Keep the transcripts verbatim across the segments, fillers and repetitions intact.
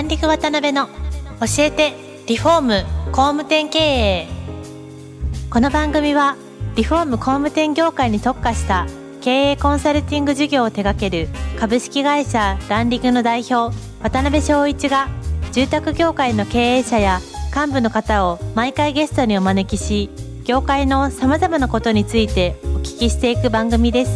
ランディング渡辺の教えてリフォーム工務店経営。この番組はリフォーム工務店業界に特化した経営コンサルティング事業を手掛ける株式会社ランディングの代表渡辺翔一が、住宅業界の経営者や幹部の方を毎回ゲストにお招きし、業界のさまざまなことについてお聞きしていく番組です。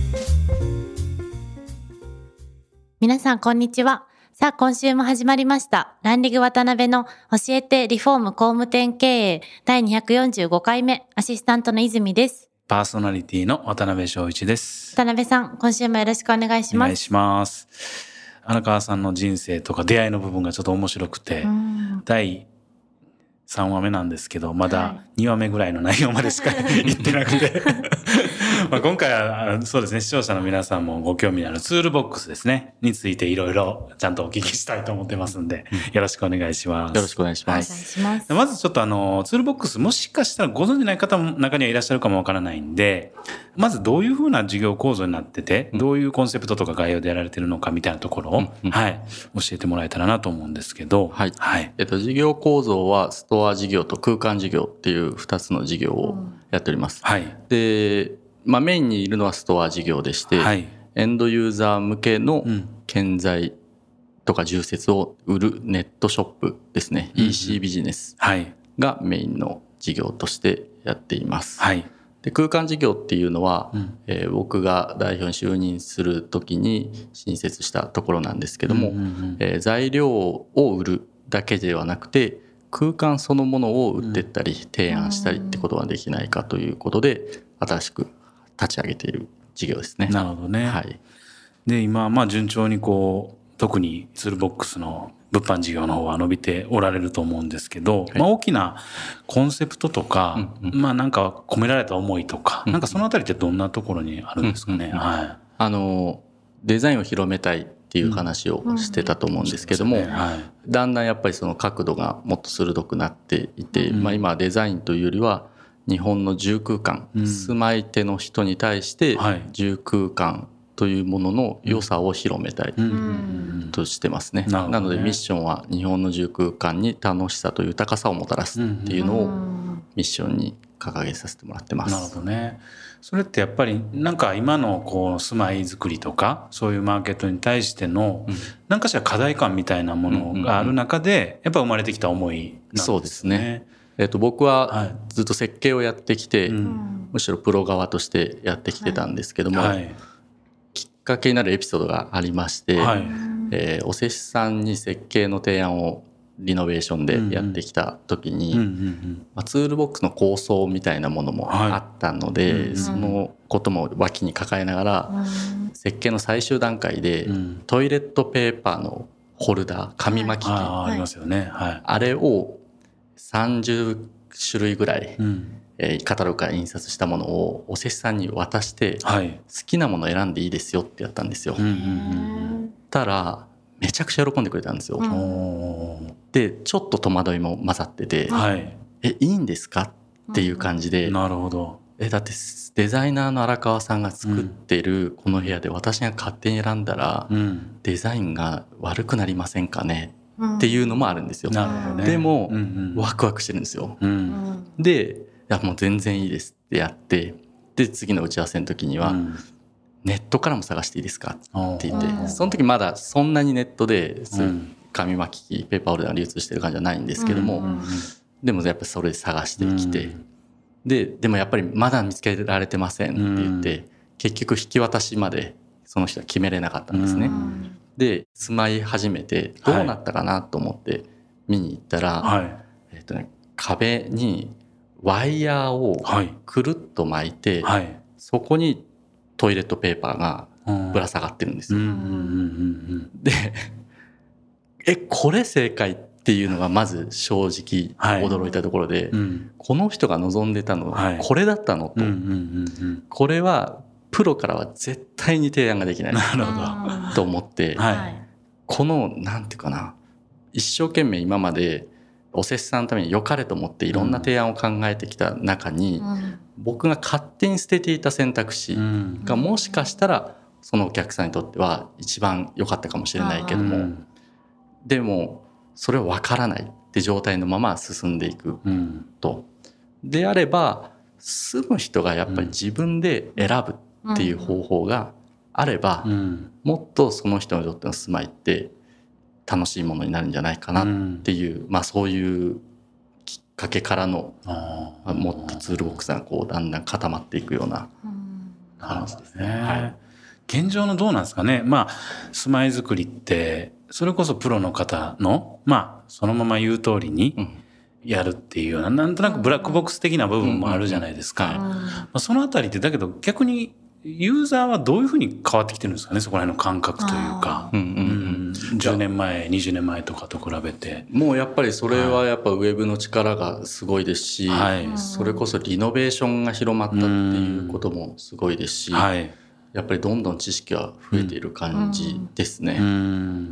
皆さんこんにちは。さあ今週も始まりましたランディング渡辺の教えてリフォーム工務店経営だいにひゃくよんじゅうごかいめ、アシスタントの泉です。 パーソナリティの渡辺翔一です。 渡辺さん、今週もよろしくお願いします。 お願いします。荒川さんの人生とか出会いの部分がちょっと面白くて、だいさんわめなんですけど、まだにわめぐらいの内容までしか言ってなくてまあ今回はそうですね、視聴者の皆さんもご興味のあるツールボックスですねについていろいろちゃんとお聞きしたいと思ってますんで、よろしくお願いします。 よろしくお願いします。 はい、 まずちょっとあのツールボックス、もしかしたらご存じない方も中にはいらっしゃるかもわからないんで、まずどういうふうな事業構造になってて、どういうコンセプトとか概要でやられてるのかみたいなところを、うん、はい、教えてもらえたらなと思うんですけど、 はい、はい、えっと事業構造はストア事業と空間事業っていうふたつの事業をやっております。 はい、 で、まあ、メインにいるのはストア事業でして、はい、エンドユーザー向けの建材とか重設を売るネットショップですね、うん、イーシー ビジネスがメインの事業としてやっています。はい、で空間事業っていうのは、うんえー、僕が代表に就任する時に新設したところなんですけども、うんうんうんえー、材料を売るだけではなくて空間そのものを売ってったり提案したりってことができないかということで新しく立ち上げている事業ですね。 なるほどね。 はい、 で今まあ順調にこう特にツールボックスの物販事業の方は伸びておられると思うんですけど、はい、まあ大きなコンセプトとか、うんうん、まあなんか込められた思いとか、うんうん、なんかそのあたりってどんなところにあるんですかね。うんうんはい、 あのデザインを広めたいっていう話をしてたと思うんですけども、うんうんはい、だんだんやっぱりその角度がもっと鋭くなっていて、うんまあ、今はデザインというよりは日本の住空間、うん、住まい手の人に対して住空間というものの良さを広めたいとしてますね。うんうんうん、なのでミッションは日本の住空間に楽しさと豊かさをもたらすっていうのをミッションに掲げさせてもらってます。 なるほどね。それってやっぱりなんか今のこう住まいづくりとかそういうマーケットに対しての何かしら課題感みたいなものがある中でやっぱ生まれてきた思いなんですね。 そうですね。えっと、僕はずっと設計をやってきて、はいうん、むしろプロ側としてやってきてたんですけども、はい、きっかけになるエピソードがありまして、はいえー、お施主さんに設計の提案をリノベーションでやってきた時に、うんうんうんまあ、ツールボックスの構想みたいなものもあったので、はいうんうん、そのことも脇に抱えながら、うん、設計の最終段階で、うん、トイレットペーパーのホルダー紙巻き機、 はい、あ, ありますよね、はい、 あれをさんじゅっしゅるいぐらい、うんえー、カタログから印刷したものをお施主さんに渡して、はい、好きなもの選んでいいですよってやったんですよ。うんうんうん、たらめちゃくちゃ喜んでくれたんですよ。うん、でちょっと戸惑いも混ざってて、はい、えいいんですかっていう感じで、 うん、なるほど。 えだってデザイナーの荒川さんが作ってるこの部屋で私が勝手に選んだら、うん、デザインが悪くなりませんかねっていうのもあるんですよ。なるほどね。でも、うんうん、ワクワクしてるんですよ。うん、で、いやもう全然いいですってやって、で次の打ち合わせの時には、うん、ネットからも探していいですかって言って、その時まだそんなにネットで紙巻き機、ペーパーホルダーが流通してる感じじゃないんですけども、うんうんうん、でもやっぱりそれ探してきて、うん、ででもやっぱりまだ見つけられてませんって言って、うん、結局引き渡しまでその人は決めれなかったんですね。うんで住まい始めてどうなったかなと思って見に行ったら、はいえーとね、壁にワイヤーをくるっと巻いて、はい、そこにトイレットペーパーがぶら下がってるんですよ。でえこれ正解っていうのがまず正直驚いたところで、はいうん、この人が望んでたのはこれだったのと、これはプロからは絶対に提案ができないと思って、はい、このなんていうかな一生懸命今までお施主さんのために良かれと思っていろんな提案を考えてきた中に、うん、僕が勝手に捨てていた選択肢がもしかしたらそのお客さんにとっては一番良かったかもしれないけども、うん、 でもそれは分からないって状態のまま進んでいくと、うん、であれば住む人がやっぱり自分で選ぶっていう方法があれば、うん、もっとその人にとっての住まいって楽しいものになるんじゃないかなっていう、うん、まあそういうきっかけからのもっとツールボックスがこうだんだん固まっていくような話ですね。はい、 現状のどうなんですかね。まあ住まいづくりってそれこそプロの方のまあそのまま言う通りにやるっていうような、なんとなくブラックボックス的な部分もあるじゃないですか。まあ、そのあたりってだけど逆にユーザーはどういうふうに変わってきてるんですかね、そこら辺の感覚というか、うんうんうん、じゅうねんまえにじゅうねんまえとかと比べてもうやっぱりそれはやっぱウェブの力がすごいですし、はい、それこそリノベーションが広まったっていうこともすごいですし、はい、やっぱりどんどん知識が増えている感じですね、うん、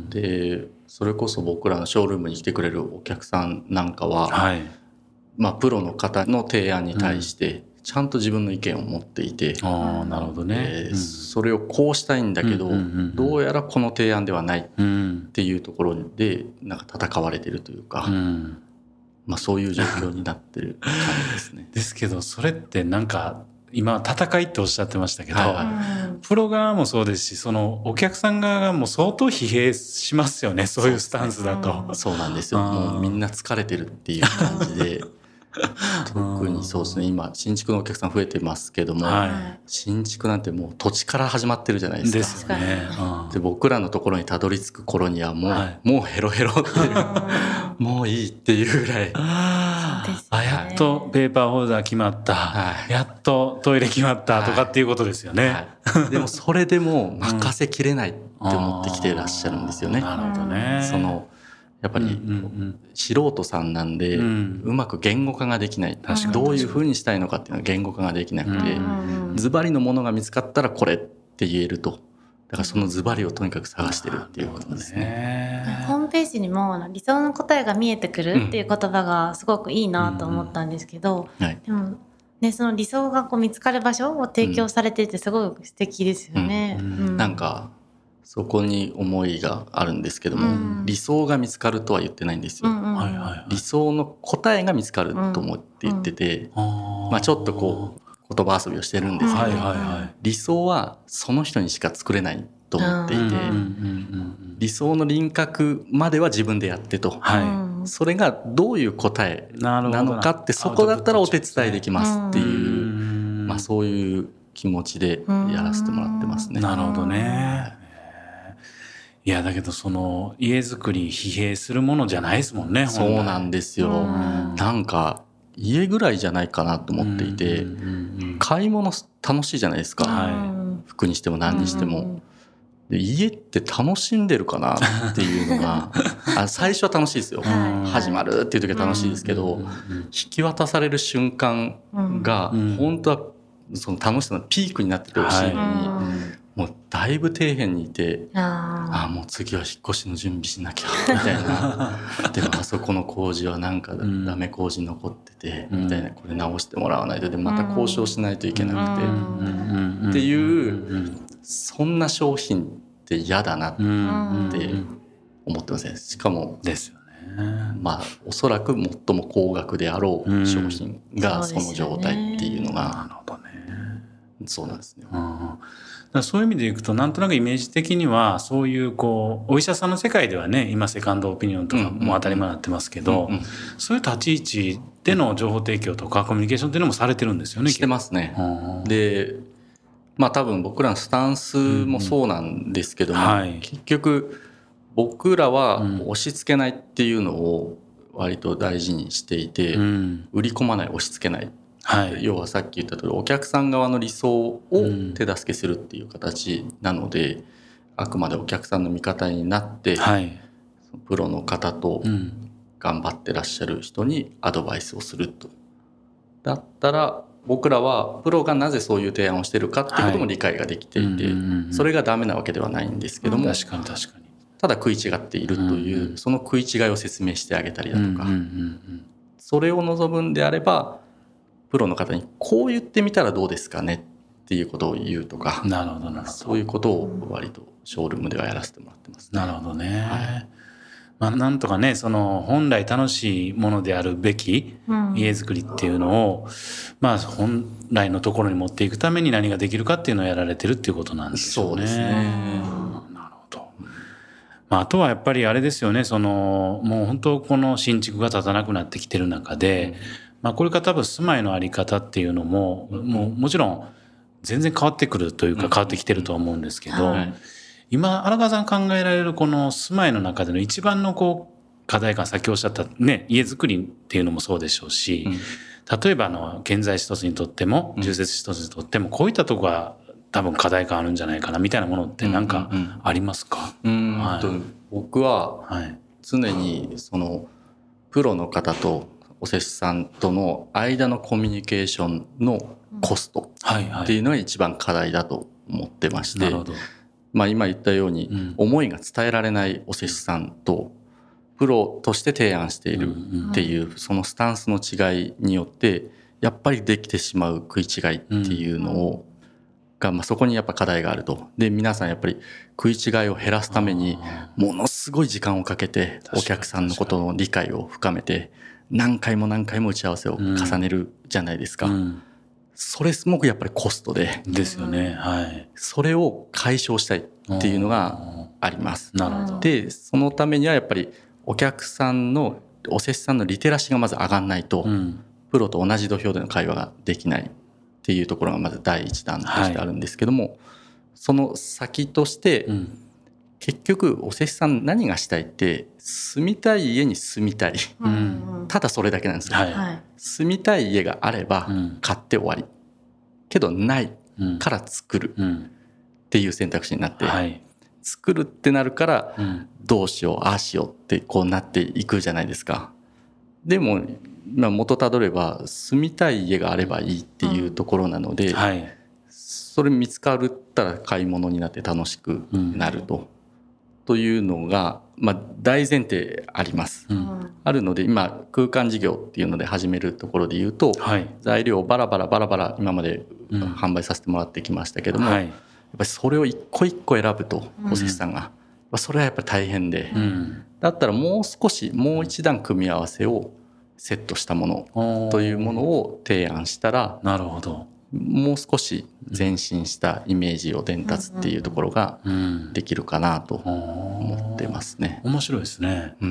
でそれこそ僕らのショールームに来てくれるお客さんなんかは、はい、まあ、プロの方の提案に対してちゃんと自分の意見を持っていて、 うん、あ、なるほどね、 えーうん、それをこうしたいんだけど、うんうんうん、どうやらこの提案ではないっていうところでなんか戦われてるというか、うん、まあ、そういう状況になってる感じですね。 ですけどそれってなんか今戦いっておっしゃってましたけど、はいはい、プロ側もそうですしそのお客さん側がもう相当疲弊しますよね、そういうスタンスだと。 そうなんですよ。もうみんな疲れてるっていう感じで特にそうですね、今新築のお客さん増えてますけども、はい、新築なんてもう土地から始まってるじゃないですか。 ですよね。 で僕らのところにたどり着く頃にはもう、はい、もうヘロヘロっていうもういいっていうぐらいあ、やっとペーパーホルダー決まった、はい、やっとトイレ決まったとかっていうことですよね、 はいはい、でもそれでも任せきれないって思ってきていらっしゃるんですよね、 うん、なるほどね。 そのやっぱり素人さんなんでうまく言語化ができない、うん、どういうふうにしたいのかっていうのは言語化ができなくて、ズバリのものが見つかったらこれって言えると、だからそのズバリをとにかく探してるっていうことですね。 ホームページにも理想の答えが見えてくるっていう言葉がすごくいいなと思ったんですけど、うんうん、はい、でもね、その理想がこう見つかる場所を提供されててすごい素敵ですよね、うんうんうん、 なんかそこに思いがあるんですけども、うん、理想が見つかるとは言ってないんですよ、うんうんはいはいはい、理想の答えが見つかると思って言ってて、うんうん、まあ、ちょっとこう言葉遊びをしてるんですけど、はいはいはい、理想はその人にしか作れないと思っていて、うんうんうんうん、理想の輪郭までは自分でやってと、はい、それがどういう答えなのかってそこだったらお手伝いできますっていう、うん、まあ、そういう気持ちでやらせてもらってますね。 なるほどね。いやだけどその家づくり疲弊するものじゃないですもんね。 そうなんですよ。なんか家ぐらいじゃないかなと思っていて、うんうんうんうん、買い物楽しいじゃないですか、はい、服にしても何にしても、うんうん、で家って楽しんでるかなっていうのがあ最初は楽しいですよ、はい、始まるっていう時は楽しいですけど、うんうんうん、引き渡される瞬間が本当はその楽しさのピークになっててほしいのに、はい、もうだいぶ底辺にいて、ああもう次は引っ越しの準備しなきゃみたいなでもあそこの工事はなんかダメ工事残ってて、うん、みたいな、これ直してもらわないとでまた交渉しないといけなくて、うん、っていう、うん、そんな商品って嫌だなって思ってますね。しかもですよね、 まあおそらく最も高額であろう商品がその状態っていうのが、 なるほどね、 そうなんですね。 うん、だからそういう意味でいくとなんとなくイメージ的にはそういうこうお医者さんの世界ではね今セカンドオピニオンとかも当たり前になってますけど、うんうんうん、そういう立ち位置での情報提供とかコミュニケーションっていうのもされてるんですよね。 してますね、うん、でまあ多分僕らのスタンスもそうなんですけども、うんはい、結局僕らは押し付けないっていうのを割と大事にしていて、うん、売り込まない、押し付けない、はい、要はさっき言った通りお客さん側の理想を手助けするっていう形なので、うん、あくまでお客さんの味方になって、はい、プロの方と頑張ってらっしゃる人にアドバイスをすると。だったら僕らはプロがなぜそういう提案をしているかっていうことも理解ができていて、はい、それがダメなわけではないんですけども、 確かに確かにただ食い違っているという、うん、その食い違いを説明してあげたりだとか、うんうんうんうん、それを望むんであればプロの方にこう言ってみたらどうですかねっていうことを言うとか、 なるほどなるほど、 そういうことを割とショールームではやらせてもらってますね。 なるほどね、はい、 まあ、なんとかねその本来楽しいものであるべき家づくりっていうのを、うん、まあ本来のところに持っていくために何ができるかっていうのをやられてるっていうことなんでしょうね。 そうですね。 なるほど。まあ、あとはやっぱりあれですよね、そのもう本当この新築が建たなくなってきてる中で、うん、まあ、これから多分住まいのあり方っていうのも、うん、もうもちろん全然変わってくるというか変わってきてるとは思うんですけど、うん、はい、今荒川さん考えられるこの住まいの中での一番のこう課題感、さっきおっしゃったね家づくりっていうのもそうでしょうし、うん、例えばあの建材一つにとっても住設一つにとってもこういったところが多分課題感あるんじゃないかなみたいなものって何かありますか？ うんうんうん、はい、僕は常にそのプロの方とお施主さんとの間のコミュニケーションのコストっていうのが一番課題だと思ってまして、なるほど。まあ、今言ったように思いが伝えられないお施主さんとプロとして提案しているっていうそのスタンスの違いによってやっぱりできてしまう食い違いっていうのをが、まあ、そこにやっぱ課題があると。で皆さんやっぱり食い違いを減らすためにものすごい時間をかけてお客さんのことの理解を深めて何回も何回も打ち合わせを重ねるじゃないですか、うんうん、それすごくやっぱりコストでですよね、はい、 それを解消したいっていうのがあります。 なるほど。 でそのためにはやっぱりお客さんのお施主さんのリテラシーがまず上がんないと、うん、プロと同じ土俵での会話ができないっていうところがまず第一弾としてあるんですけども、はい、その先として、うん、結局お施主さん何がしたいって住みたい家に住みたい、うん、ただそれだけなんですよ、はい、住みたい家があれば買って終わり、うん、けどないから作るっていう選択肢になって、はい、作るってなるからどうしようああしようってこうなっていくじゃないですか。でもまあ、元たどれば住みたい家があればいいっていうところなので、うん、はい、それ見つかったら買い物になって楽しくなると、うん、というのが、まあ、大前提あります、うん、あるので今空間事業っていうので始めるところで言うと、はい、材料をバラバラバラバラ今まで販売させてもらってきましたけども、うん、はい、やっぱりそれを一個一個選ぶとお施主さんが、うん、それはやっぱり大変で、うん、だったらもう少しもう一段組み合わせをセットしたものというものを提案したら、なるほど、もう少し前進したイメージを伝達っていうところができるかなと思ってますね。 面白いですね、うん、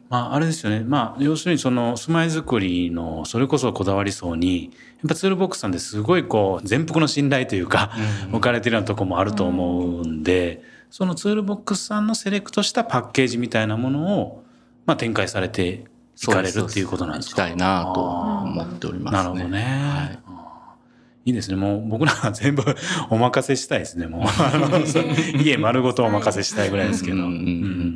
まあ、あれですよね、まあ、要するにその住まいづくりのそれこそこだわりそうにやっぱツールボックスさんですごいこう全幅の信頼というか、うん、置かれてるようなところもあると思うんで、そのツールボックスさんのセレクトしたパッケージみたいなものを、まあ、展開されて行かれるっていうことなんですか？ 行きたいなと思っておりますね。 なるほどね、はい、いいですね。もう僕らは全部お任せしたいですね。もう家丸ごとお任せしたいぐらいですけど、うんうんうん、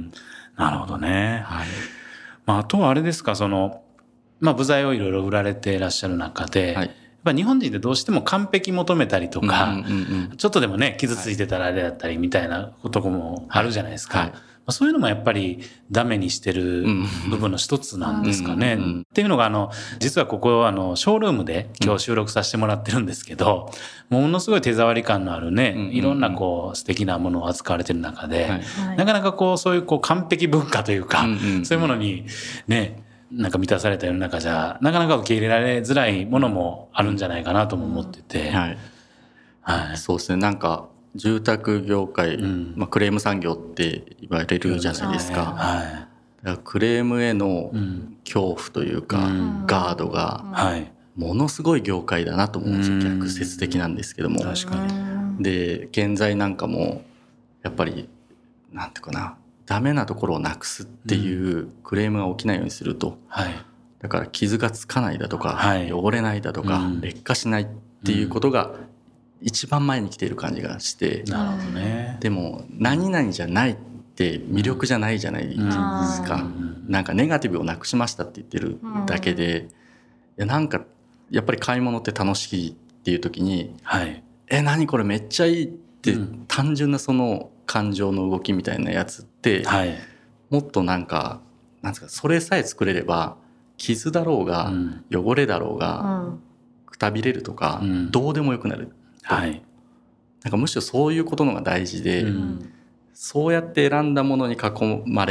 なるほどね、はい、まあ、あとはあれですか、その、まあ、部材をいろいろ売られていらっしゃる中で、はい、やっぱ日本人ってどうしても完璧求めたりとか、うんうんうん、ちょっとでもね傷ついてたらあれだったりみたいなこともあるじゃないですか、はいはい、そういうのもやっぱりダメにしてる部分の一つなんですかね、うんうんうん、っていうのがあの実はここあのショールームで今日収録させてもらってるんですけど、ものすごい手触り感のあるね、うんうんうん、いろんなこう素敵なものを扱われてる中で、はい、なかなかこうそういうこう完璧文化というか、うんうんうん、そういうものにねなんか満たされた世の中じゃなかなか受け入れられづらいものもあるんじゃないかなとも思ってて、うんはいはい、そうですね。なんか住宅業界、うんまあ、クレーム産業って言われるじゃないですか、はい、だからクレームへの恐怖というか、うん、ガードがものすごい業界だなと思うんですよ、うん、逆説的なんですけども。確かに。で建材なんかもやっぱりなんていうかなダメなところをなくすっていうクレームが起きないようにすると、はい、だから傷がつかないだとか、はい、汚れないだとか、うん、劣化しないっていうことが一番前に来ている感じがして、うん、なるほどね。でも何々じゃないって魅力じゃないじゃないですか、うん、なんかネガティブをなくしましたって言ってるだけで、うん、いやなんかやっぱり買い物って楽しいっていう時に、はい、え何これめっちゃいいって、うん、単純なその感情の動きみたいなやつって、はい、もっとなんかなんですかそれさえ作れれば傷だろうが、うん、汚れだろうが、うん、くたびれるとか、うん、どうでもよくなる、はい、なんかむしろそういうことのが大事で、うん、そうやって選んだものに囲まれるっ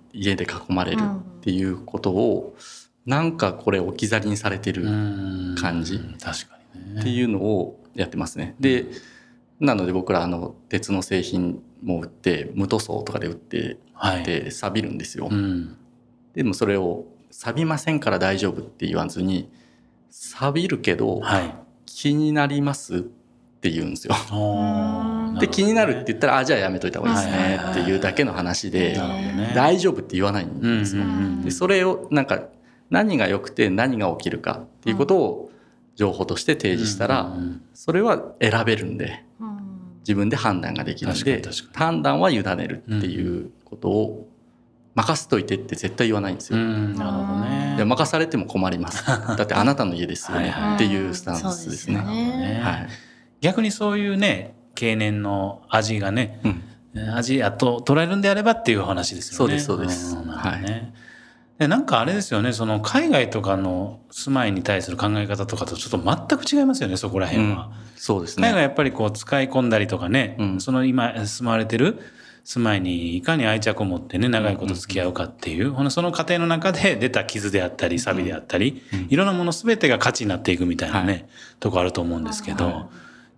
家で囲まれるっていうことを、なんかこれ置き去りにされてる感じっていうのをやってますね。でなので僕らあの鉄の製品も売って無塗装とかで売ってで錆びるんですよ、はい、うん、でもそれを錆びませんから大丈夫って言わずに錆びるけど、はい、気になりますって言うんですよ。で気になるって言ったらあじゃあやめといた方がいいですねっていうだけの話で、大丈夫って言わないんですよ。でそれをなんか何が良くて何が起きるかっていうことを情報として提示したら、それは選べるんで自分で判断ができるんで、判断は委ねるっていうことを任せといてって絶対言わないんですよ。なるほどね。で任されても困りますだってあなたの家ですよねっていうスタンスですね。はい、 逆にそういうね経年の味がね、うん、味やと捉えるんであればっていう話ですよね。 そうですそうです、はい、 でなんかあれですよね、その海外とかの住まいに対する考え方とかとちょっと全く違いますよね、そこら辺は、うん、 そうですね。 海外はやっぱりこう使い込んだりとかね、うん、その今住まわれてる住まいにいかに愛着を持ってね長いこと付き合うかっていう、うん、その過程の中で出た傷であったり錆であったり、うん、いろんなもの全てが価値になっていくみたいなね、はい、とこあると思うんですけど、はい、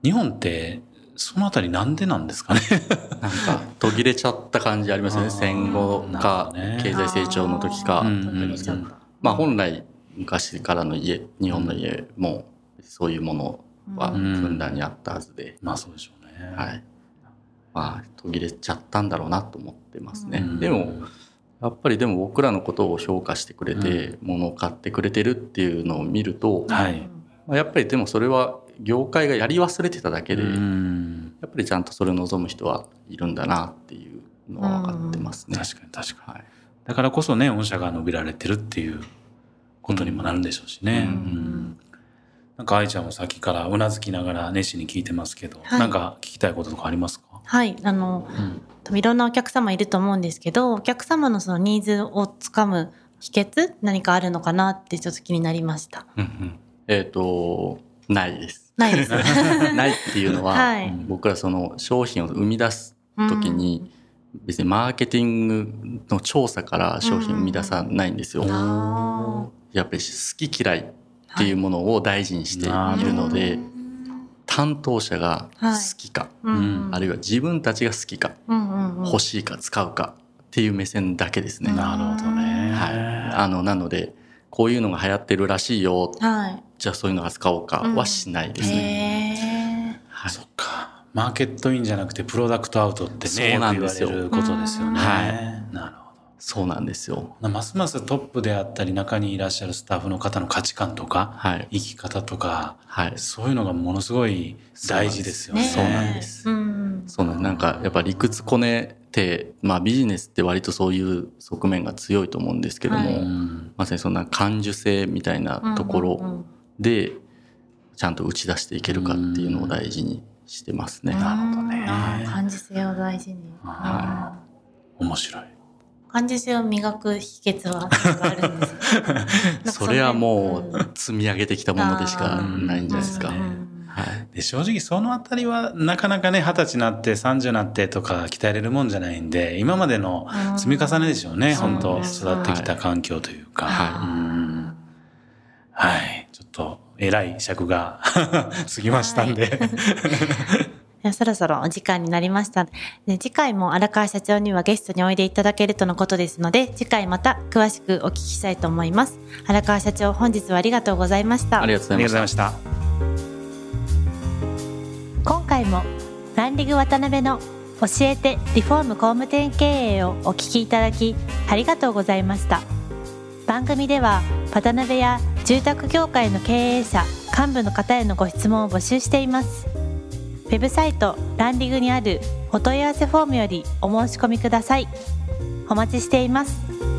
日本ってそのあたりなんでなんですかねなんか途切れちゃった感じありますよね。戦後か経済成長の時か、うんうんうん、まあ本来昔からの家日本の家もそういうものはふんだんにあったはずで、 うん、まあそうでしょうね、 はい、まあ途切れちゃったんだろうなと思ってますね、うん、でもやっぱりでも僕らのことを評価してくれて、うん、物を買ってくれてるっていうのを見ると、はい、まあ、やっぱりでもそれは業界がやり忘れてただけで、うん、やっぱりちゃんとそれを望む人はいるんだなっていうのは分かってますね、 うん、確かに確かに、はい、だからこそね御社が伸びられてるっていうことにもなるんでしょうしね、うんうん、なんか愛ちゃんもさっきからうなずきながら熱心に聞いてますけど、はい、なんか聞きたいこととかありますか？ はい、あの、うん、いろんなお客様いると思うんですけど、お客様のそのニーズをつかむ秘訣何かあるのかなってちょっと気になりました。 うんうん、えっとないですないですないっていうのは、はい、僕らその商品を生み出す時に、うん、別にマーケティングの調査から商品を生み出さないんですよ、うん、やっぱり好き嫌いっていうものを大事にしているので、はい、担当者が好きか、はい、あるいは自分たちが好きか、うんうんうん、欲しいか使うかっていう目線だけですね。 なるほどね、 はい、あのなのでこういうのが流行ってるらしいよ、はい、じゃあそういうの扱おうかはしないですね、 うん、はい、そっか、マーケットインじゃなくてプロダクトアウトってね、そうなんですよ、言われることですよね、はい、なるほど、 そうなんですよ。 ますますトップであったり中にいらっしゃるスタッフの方の価値観とか、はい、生き方とか、はい、そういうのがものすごい大事ですよね。 そうなんです、うん、そうなんです。なんかやっぱ理屈こねて、まあ、ビジネスって割とそういう側面が強いと思うんですけども、はい、まさにそんな感受性みたいなところでちゃんと打ち出していけるかっていうのを大事にしてますね。 なるほどね。 感受性を大事に、 はい、面白い。 感受性を磨く秘訣は何かあるんですか？ それはもう積み上げてきたものでしかないんじゃないですか。 はい、で正直そのあたりはなかなかね二十歳になってさんじゅうになってとか鍛えれるもんじゃないんで、今までの積み重ねでしょうね、本当育ってきた環境というか、はい、うん、はい、ちょっとえらい尺が過ぎましたんで、 はい、そろそろお時間になりました。で次回も荒川社長にはゲストにおいでいただけるとのことですので、次回また詳しくお聞きしたいと思います。荒川社長、本日はありがとうございました。 ありがとうございました。 今回もランリグ渡辺の教えてリフォーム工務店経営をお聞きいただきありがとうございました。番組では渡辺や住宅業界の経営者幹部の方へのご質問を募集しています。ウェブサイトランリグにあるお問い合わせフォームよりお申し込みください。お待ちしています。